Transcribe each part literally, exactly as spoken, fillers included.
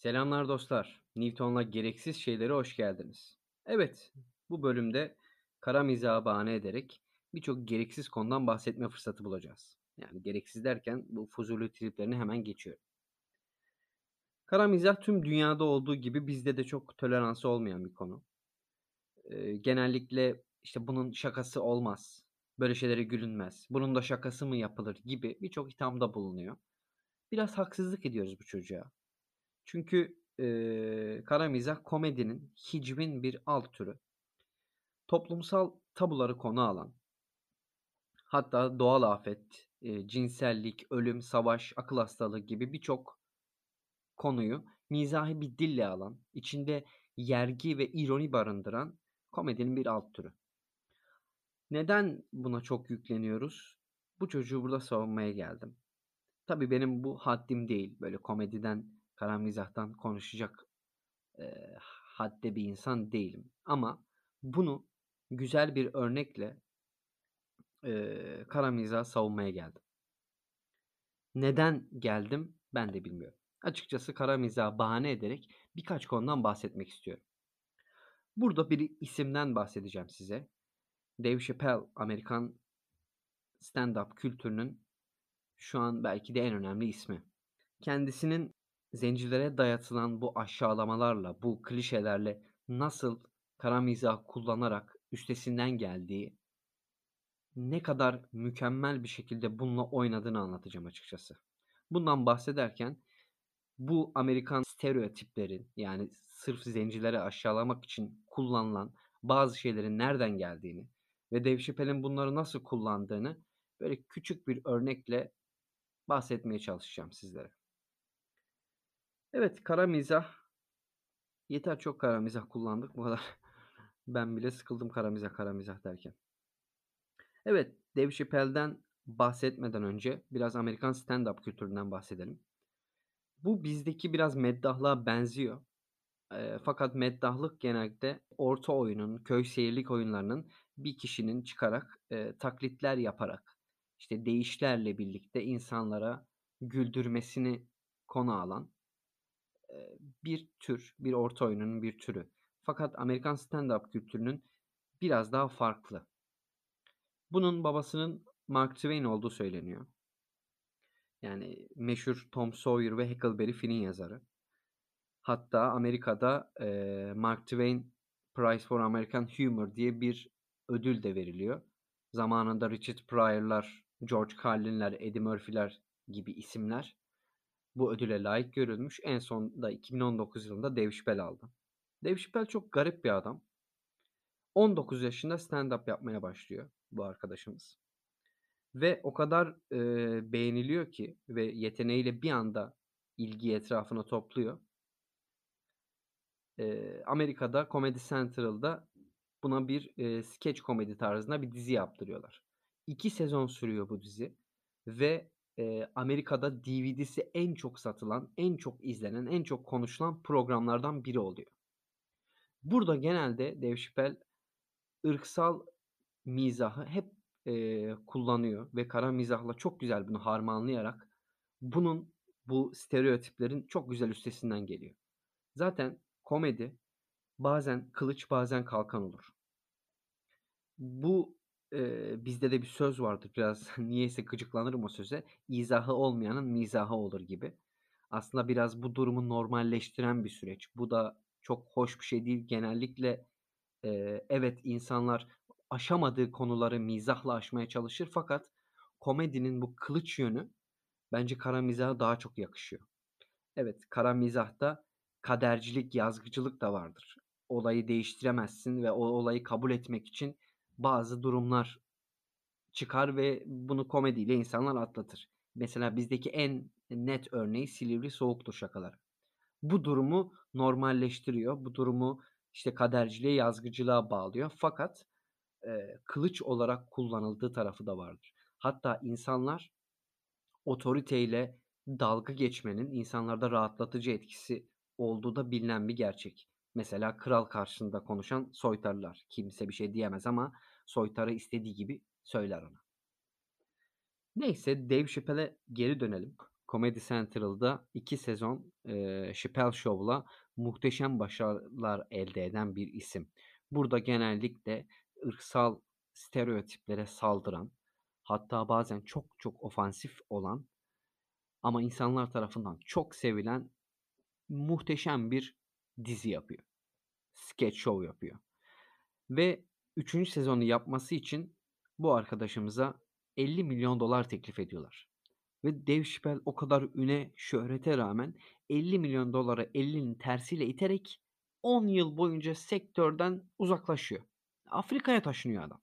Selamlar dostlar. Newton'la gereksiz şeylere hoş geldiniz. Evet, bu bölümde kara mizahı bahane ederek birçok gereksiz konudan bahsetme fırsatı bulacağız. Yani gereksiz derken bu fuzuli triplerini hemen geçiyorum. Kara mizah tüm dünyada olduğu gibi bizde de çok toleransı olmayan bir konu. Ee, genellikle işte bunun şakası olmaz, böyle şeylere gülünmez, bunun da şakası mı yapılır gibi birçok ithamda bulunuyor. Biraz haksızlık ediyoruz bu çocuğa. Çünkü, eee, kara mizah komedinin hicvin bir alt türü. Toplumsal tabuları konu alan, hatta doğal afet, eee, cinsellik, ölüm, savaş, akıl hastalığı gibi birçok konuyu mizahi bir dille alan, içinde yergi ve ironi barındıran komedinin bir alt türü. Neden buna çok yükleniyoruz? Bu çocuğu burada savunmaya geldim. Tabii benim bu haddim değil. Böyle komediden, kara mizahtan konuşacak eee, hadde bir insan değilim. Ama bunu güzel bir örnekle, eee, kara mizahı savunmaya geldim. Neden geldim ben de bilmiyorum. Açıkçası kara mizahı bahane ederek birkaç konudan bahsetmek istiyorum. Burada bir isimden bahsedeceğim size. Dave Chappelle, Amerikan stand-up kültürünün şu an belki de en önemli ismi. Kendisinin zencilere dayatılan bu aşağılamalarla, bu klişelerle nasıl kara mizah kullanarak üstesinden geldiği, ne kadar mükemmel bir şekilde bununla oynadığını anlatacağım açıkçası. Bundan bahsederken bu Amerikan stereotiplerin, yani sırf zencileri aşağılamak için kullanılan bazı şeylerin nereden geldiğini ve Dave Chappelle'in bunları nasıl kullandığını böyle küçük bir örnekle bahsetmeye çalışacağım sizlere. Evet, kara mizah. Yeter çok kara mizah kullandık bu kadar. Ben bile sıkıldım kara mizah, kara mizah derken. Evet, Dave Chappelle'den bahsetmeden önce biraz Amerikan stand-up kültüründen bahsedelim. Bu bizdeki biraz meddahlığa benziyor. Eee, fakat meddahlık genellikle orta oyunun, köy seyirlik oyunlarının bir kişinin çıkarak, eee, taklitler yaparak, işte deyişlerle birlikte insanlara güldürmesini konu alan, eee, bir tür, bir orta oyunun bir türü. Fakat Amerikan stand-up kültürünün biraz daha farklı. Bunun babasının Mark Twain olduğu söyleniyor. Yani meşhur Tom Sawyer ve Huckleberry Finn'in yazarı. Hatta Amerika'da, eee, Mark Twain Prize for American Humor diye bir ödül de veriliyor. Zamanında Richard Pryor'lar, George Carlin'ler, Eddie Murphy'ler gibi isimler bu ödüle layık görülmüş. En son da iki bin on dokuz yılında Dave Chappelle aldı. Dave Chappelle çok garip bir adam. on dokuz yaşında stand-up yapmaya başlıyor bu arkadaşımız. Ve o kadar, eee, beğeniliyor ki ve yeteneğiyle bir anda ilgiyi etrafına topluyor. Eee, Amerika'da Comedy Central'da buna bir, eee, skeç komedi tarzında bir dizi yaptırıyorlar. iki sezon sürüyor bu dizi ve, eee, Amerika'da D V D'si en çok satılan, en çok izlenen, en çok konuşulan programlardan biri oluyor. Burada genelde Dave Chappelle ırksal mizahı hep, eee, kullanıyor ve kara mizahla çok güzel bunu harmanlayarak bunun, bu stereotiplerin çok güzel üstesinden geliyor. Zaten komedi bazen kılıç bazen kalkan olur. Bu, eee, bizde de bir söz vardır biraz niyeyse gıcıklanırım o söze. İzahı olmayanın mizahı olur gibi. Aslında biraz bu durumu normalleştiren bir süreç. Bu da çok hoş bir şey değil. Genellikle, eee, evet, insanlar aşamadığı konuları mizahla aşmaya çalışır fakat komedinin bu kılıç yönü bence kara mizaha daha çok yakışıyor. Evet, kara mizahta kadercilik, yazgıcılık da vardır. Olayı değiştiremezsin ve o olayı kabul etmek için bazı durumlar çıkar ve bunu komediyle insanlar atlatır. Mesela bizdeki en net örneği Silivri Soğuktur şakaları. Bu durumu normalleştiriyor. Bu durumu, işte, kaderciliğe, yazgıcılığa bağlıyor. Fakat, eee, kılıç olarak kullanıldığı tarafı da vardır. Hatta insanlar otoriteyle dalga geçmenin insanlarda rahatlatıcı etkisi olduğu da bilinen bir gerçek. Mesela kral karşısında konuşan soytarılar. Kimse bir şey diyemez ama soytarı istediği gibi söyler ona. Neyse, Dave Chappelle'e geri dönelim. Comedy Central'da iki sezon, eee, Chappelle Show'la muhteşem başarılar elde eden bir isim. Burada genellikle ırksal stereotiplere saldıran, hatta bazen çok çok ofansif olan ama insanlar tarafından çok sevilen muhteşem bir dizi yapıyor. Sketch show yapıyor ve üçüncü sezonu yapması için bu arkadaşımıza elli milyon dolar teklif ediyorlar. Ve Dave Chappelle o kadar üne, şöhrete rağmen elli milyon doları elinin tersiyle iterek on yıl boyunca sektörden uzaklaşıyor. Afrika'ya taşınıyor adam.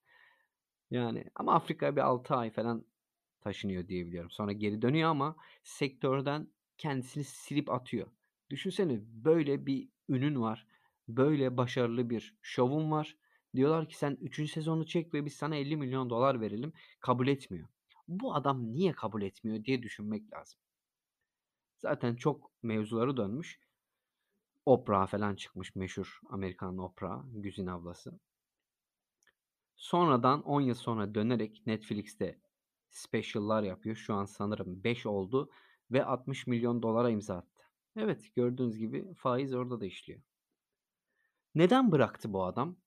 Yani ama Afrika'ya bir altı ay falan taşınıyor diye biliyorum. Sonra geri dönüyor ama sektörden kendisini silip atıyor. Düşünsene böyle bir ünün var. Böyle başarılı bir şovun var. Diyorlar ki sen üçüncü sezonu çek ve biz sana elli milyon dolar verelim. Kabul etmiyor. Bu adam niye kabul etmiyor diye düşünmek lazım. Zaten çok mevzuları dönmüş. Oprah'a falan çıkmış, meşhur Amerikan Oprah, Güzin ablası. Sonradan on yıl sonra dönerek Netflix'te special'lar yapıyor. Şu an sanırım beş oldu ve altmış milyon dolara imza attı. Evet, gördüğünüz gibi faiz orada da işliyor. Neden bıraktı bu adam?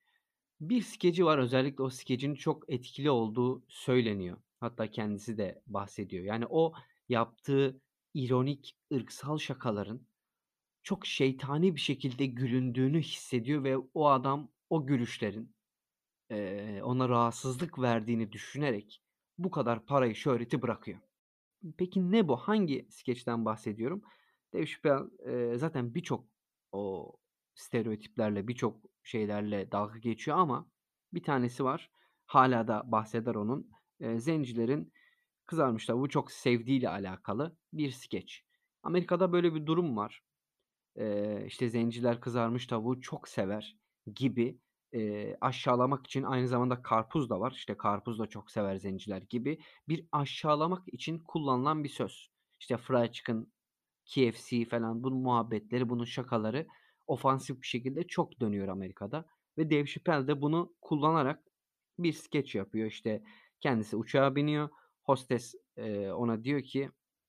Bir skeci var, özellikle o skecin çok etkili olduğu söyleniyor. Hatta kendisi de bahsediyor. Yani o yaptığı ironik, ırksal şakaların çok şeytani bir şekilde gülündüğünü hissediyor ve o adam o gülüşlerin, eee, ona rahatsızlık verdiğini düşünerek bu kadar parayı, şöhreti bırakıyor. Peki ne bu? Hangi skeçten bahsediyorum? Dave Chappelle, eee, zaten birçok o stereotiplerle, birçok şeylerle dalga geçiyor ama bir tanesi var, hâlâ da bahseder onun. Eee, zencilerin kızarmış tavuğu çok sevdiğiyle alakalı bir skeç. Amerika'da böyle bir durum var. Eee, işte, zenciler kızarmış tavuğu çok sever gibi, eee, aşağılamak için aynı zamanda karpuz da var. İşte, karpuz da çok sever zenciler gibi bir aşağılamak için kullanılan bir söz. İşte, fried chicken, K F C falan bunun muhabbetleri, bunun şakaları ofansif bir şekilde çok dönüyor Amerika'da ve Dave Chappelle de bunu kullanarak bir skeç yapıyor. İşte, kendisi uçağa biniyor. Hostes, eee, ona diyor ki,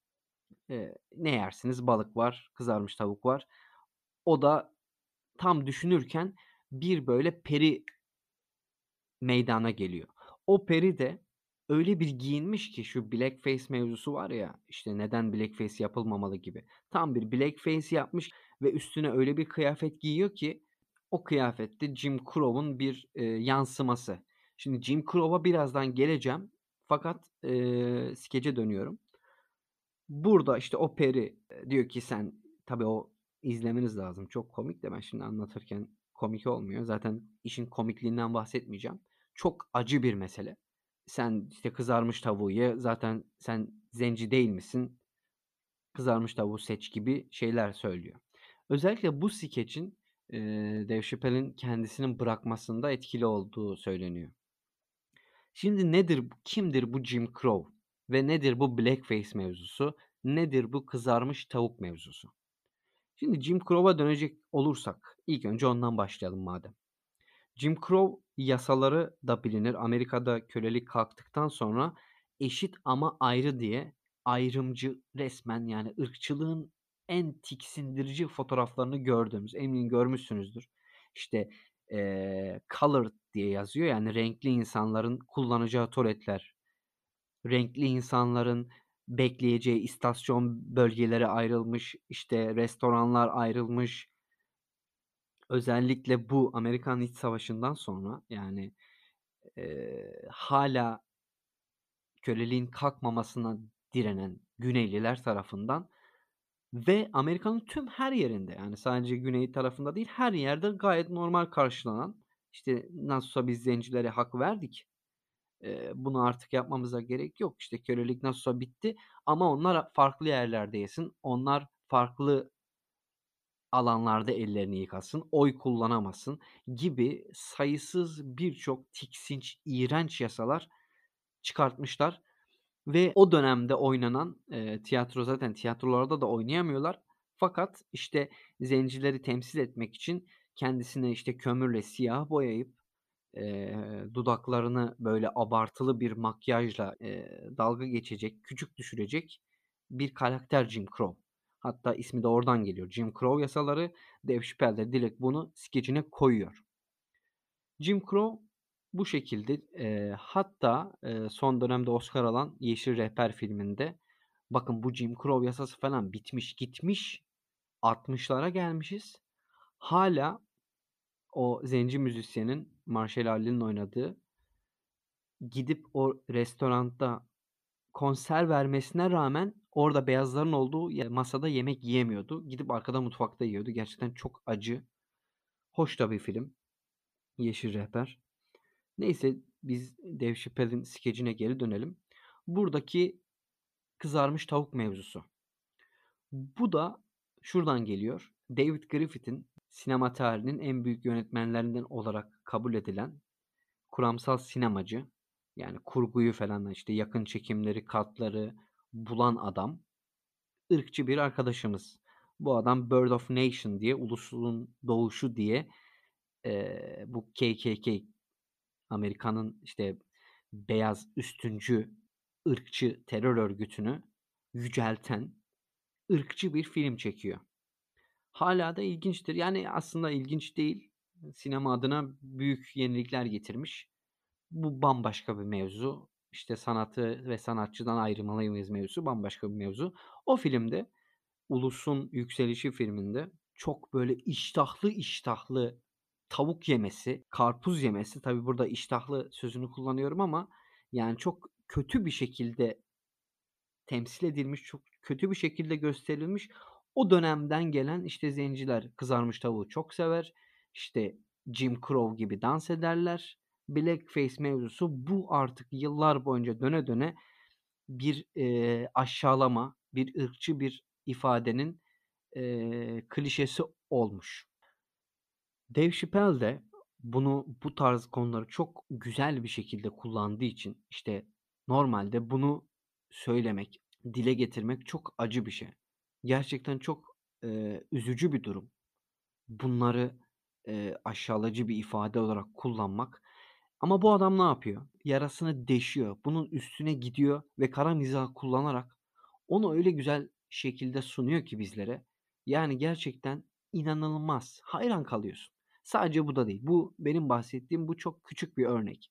eee, "Ne yersiniz?" "Balık var, kızarmış tavuk var." O da tam düşünürken bir böyle peri meydana geliyor. O peri de öyle bir giyinmiş ki şu blackface mevzusu var ya, işte, neden blackface yapılmamalı gibi. Tam bir blackface yapmış ve üstüne öyle bir kıyafet giyiyor ki o kıyafet de Jim Crow'un bir, eee, yansıması. Şimdi Jim Crow'a birazdan geleceğim fakat, eee, skece dönüyorum. Burada, işte, o peri, eee, diyor ki sen tabii o izlemeniz lazım. Çok komik de ben şimdi anlatırken komik olmuyor. Zaten işin komikliğinden bahsetmeyeceğim. Çok acı bir mesele. Sen, işte, kızarmış tavuğu ye, zaten sen zenci değil misin, kızarmış tavuğu seç gibi şeyler söylüyor. Özellikle bu skeçin, eee, Dave Chappelle'in kendisinin bırakmasında etkili olduğu söyleniyor. Şimdi nedir, bu kimdir bu Jim Crow ve nedir bu blackface mevzusu, nedir bu kızarmış tavuk mevzusu? Şimdi Jim Crow'a dönecek olursak ilk önce ondan başlayalım madem. Jim Crow yasaları da bilinir. Amerika'da kölelik kalktıktan sonra eşit ama ayrı diye ayrımcı resmen yani ırkçılığın en tiksindirici fotoğraflarını gördüğümüz, eminim görmüşsünüzdür. İşte, eee, colored diye yazıyor yani renkli insanların kullanacağı tuvaletler, renkli insanların bekleyeceği istasyon bölgeleri ayrılmış, işte restoranlar ayrılmış. Özellikle bu Amerikan İç Savaşı'ndan sonra yani, eee, hâlâ köleliğin kalkmamasına direnen Güneyliler tarafından ve Amerika'nın tüm her yerinde, yani sadece güney tarafında değil, her yerde gayet normal karşılanan, işte, nasılsa biz zencilere hak verdik, eee, bunu artık yapmamıza gerek yok, işte, kölelik nasılsa bitti ama onlar farklı yerlerde yesin, onlar farklı alanlarda ellerini yıkasın, oy kullanamasın gibi sayısız birçok tiksinç, iğrenç yasalar çıkartmışlar ve o dönemde oynanan, eee, tiyatro zaten tiyatrolarda da oynayamıyorlar fakat, işte, zencileri temsil etmek için kendisine, işte, kömürle siyah boyayıp, eee, dudaklarını böyle abartılı bir makyajla, eee, dalga geçecek, küçük düşürecek bir karakter Jim Crow. Hatta ismi de oradan geliyor. Jim Crow yasaları. Dave Chappelle de direkt bunu skecine koyuyor. Jim Crow bu şekilde. Eee, hatta, eee, son dönemde Oscar alan Yeşil Rehber filminde bakın bu Jim Crow yasası falan bitmiş gitmiş. altmışlara gelmişiz. Hâlâ o zenci müzisyenin Marshall Ali'nin oynadığı gidip o restoranda konser vermesine rağmen orada beyazların olduğu ye masada yemek yiyemiyordu. Gidip arkada mutfakta yiyordu. Gerçekten çok acı. Hoş da bir film Yeşil Rehber. Neyse biz Dave Chappelle'in skecine geri dönelim. Buradaki kızarmış tavuk mevzusu. Bu da şuradan geliyor. David Griffith'in sinema tarihinin en büyük yönetmenlerinden olarak kabul edilen kuramsal sinemacı, yani kurguyu falan, işte, yakın çekimleri, katları bulan adam, ırkçı bir arkadaşımız. Bu adam Birth of Nation diye, Ulusun Doğuşu diye, eee, bu K K K, Amerika'nın, işte, beyaz, üstüncü, ırkçı terör örgütünü yücelten ırkçı bir film çekiyor. Hâlâ da ilginçtir. Yani, aslında ilginç değil. Sinema adına büyük yenilikler getirmiş. Bu bambaşka bir mevzu. İşte, sanatı ve sanatçıdan ayırmalı mıyız mevzusu bambaşka bir mevzu. O filmde, Ulus'un Yükselişi filminde çok böyle iştahlı iştahlı tavuk yemesi, karpuz yemesi, tabii burada iştahlı sözünü kullanıyorum ama yani çok kötü bir şekilde temsil edilmiş, çok kötü bir şekilde gösterilmiş. O dönemden gelen, işte, zenciler kızarmış tavuğu çok sever. İşte, Jim Crow gibi dans ederler. Blackface mevzusu bu artık yıllar boyunca döne döne bir, eee, aşağılama, bir ırkçı bir ifadenin, eee, klişesi olmuş. Dave Chappelle de bunu, bu tarz konuları çok güzel bir şekilde kullandığı için, işte, normalde bunu söylemek, dile getirmek çok acı bir şey. Gerçekten çok, eee, üzücü bir durum. Bunları, eee, aşağılayıcı bir ifade olarak kullanmak ama bu adam ne yapıyor? Yarasını deşiyor. Bunun üstüne gidiyor ve kara mizah kullanarak onu öyle güzel şekilde sunuyor ki bizlere. Yani gerçekten inanılmaz. Hayran kalıyorsun. Sadece bu da değil. Bu benim bahsettiğim bu çok küçük bir örnek.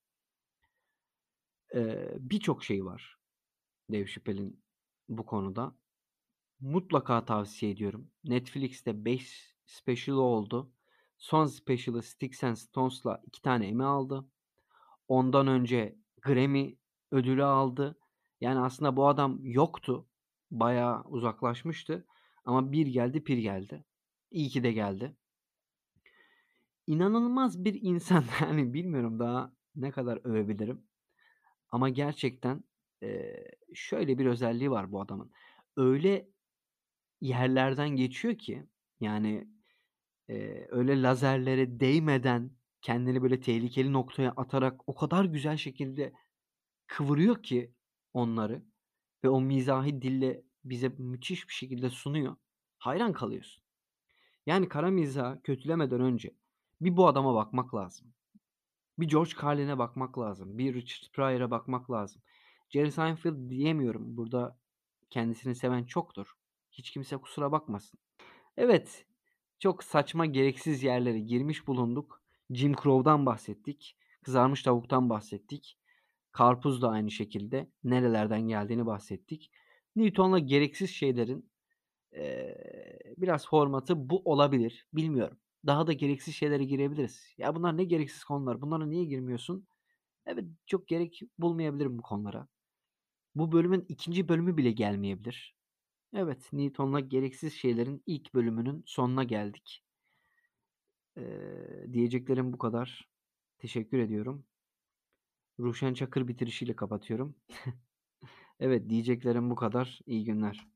Eee, birçok şey var Dave Chappelle'in bu konuda. Mutlaka tavsiye ediyorum. Netflix'te beş special'ı oldu. Son special'ı Sticks and Stones'la iki tane Emmy aldı. Ondan önce Grammy ödülü aldı. Yani aslında bu adam yoktu. Bayağı uzaklaşmıştı ama bir geldi pir geldi. İyi ki de geldi. İnanılmaz bir insan. Yani bilmiyorum daha ne kadar övebilirim ama gerçekten, eee, şöyle bir özelliği var bu adamın. Öyle yerlerden geçiyor ki yani, eee, öyle lazerlere değmeden kendini böyle tehlikeli noktaya atarak o kadar güzel şekilde kıvırıyor ki onları ve o mizahi dille bize müthiş bir şekilde sunuyor. Hayran kalıyorsun. Yani kara mizahı kötülemeden önce bir bu adama bakmak lazım. Bir George Carlin'e bakmak lazım. Bir Richard Pryor'a bakmak lazım. Jerry Seinfeld diyemiyorum. Burada kendisini seven çoktur. Hiç kimse kusura bakmasın. Evet, çok saçma, gereksiz yerlere girmiş bulunduk. Jim Crow'dan bahsettik. Kızarmış tavuktan bahsettik. Karpuz da aynı şekilde. Nerelerden geldiğini bahsettik. Newton'la gereksiz şeylerin, eee, biraz formatı bu olabilir. Bilmiyorum. Daha da gereksiz şeylere girebiliriz. "Ya, bunlar ne gereksiz konular, bunlara niye girmiyorsun?" Evet, çok gerek bulmayabilirim bu konulara. Bu bölümün ikinci bölümü bile gelmeyebilir. Evet, Newton'la gereksiz şeylerin ilk bölümünün sonuna geldik. Eee, diyeceklerim bu kadar. Teşekkür ediyorum. Ruşen Çakır bitirişiyle kapatıyorum. Evet, diyeceklerim bu kadar. İyi günler.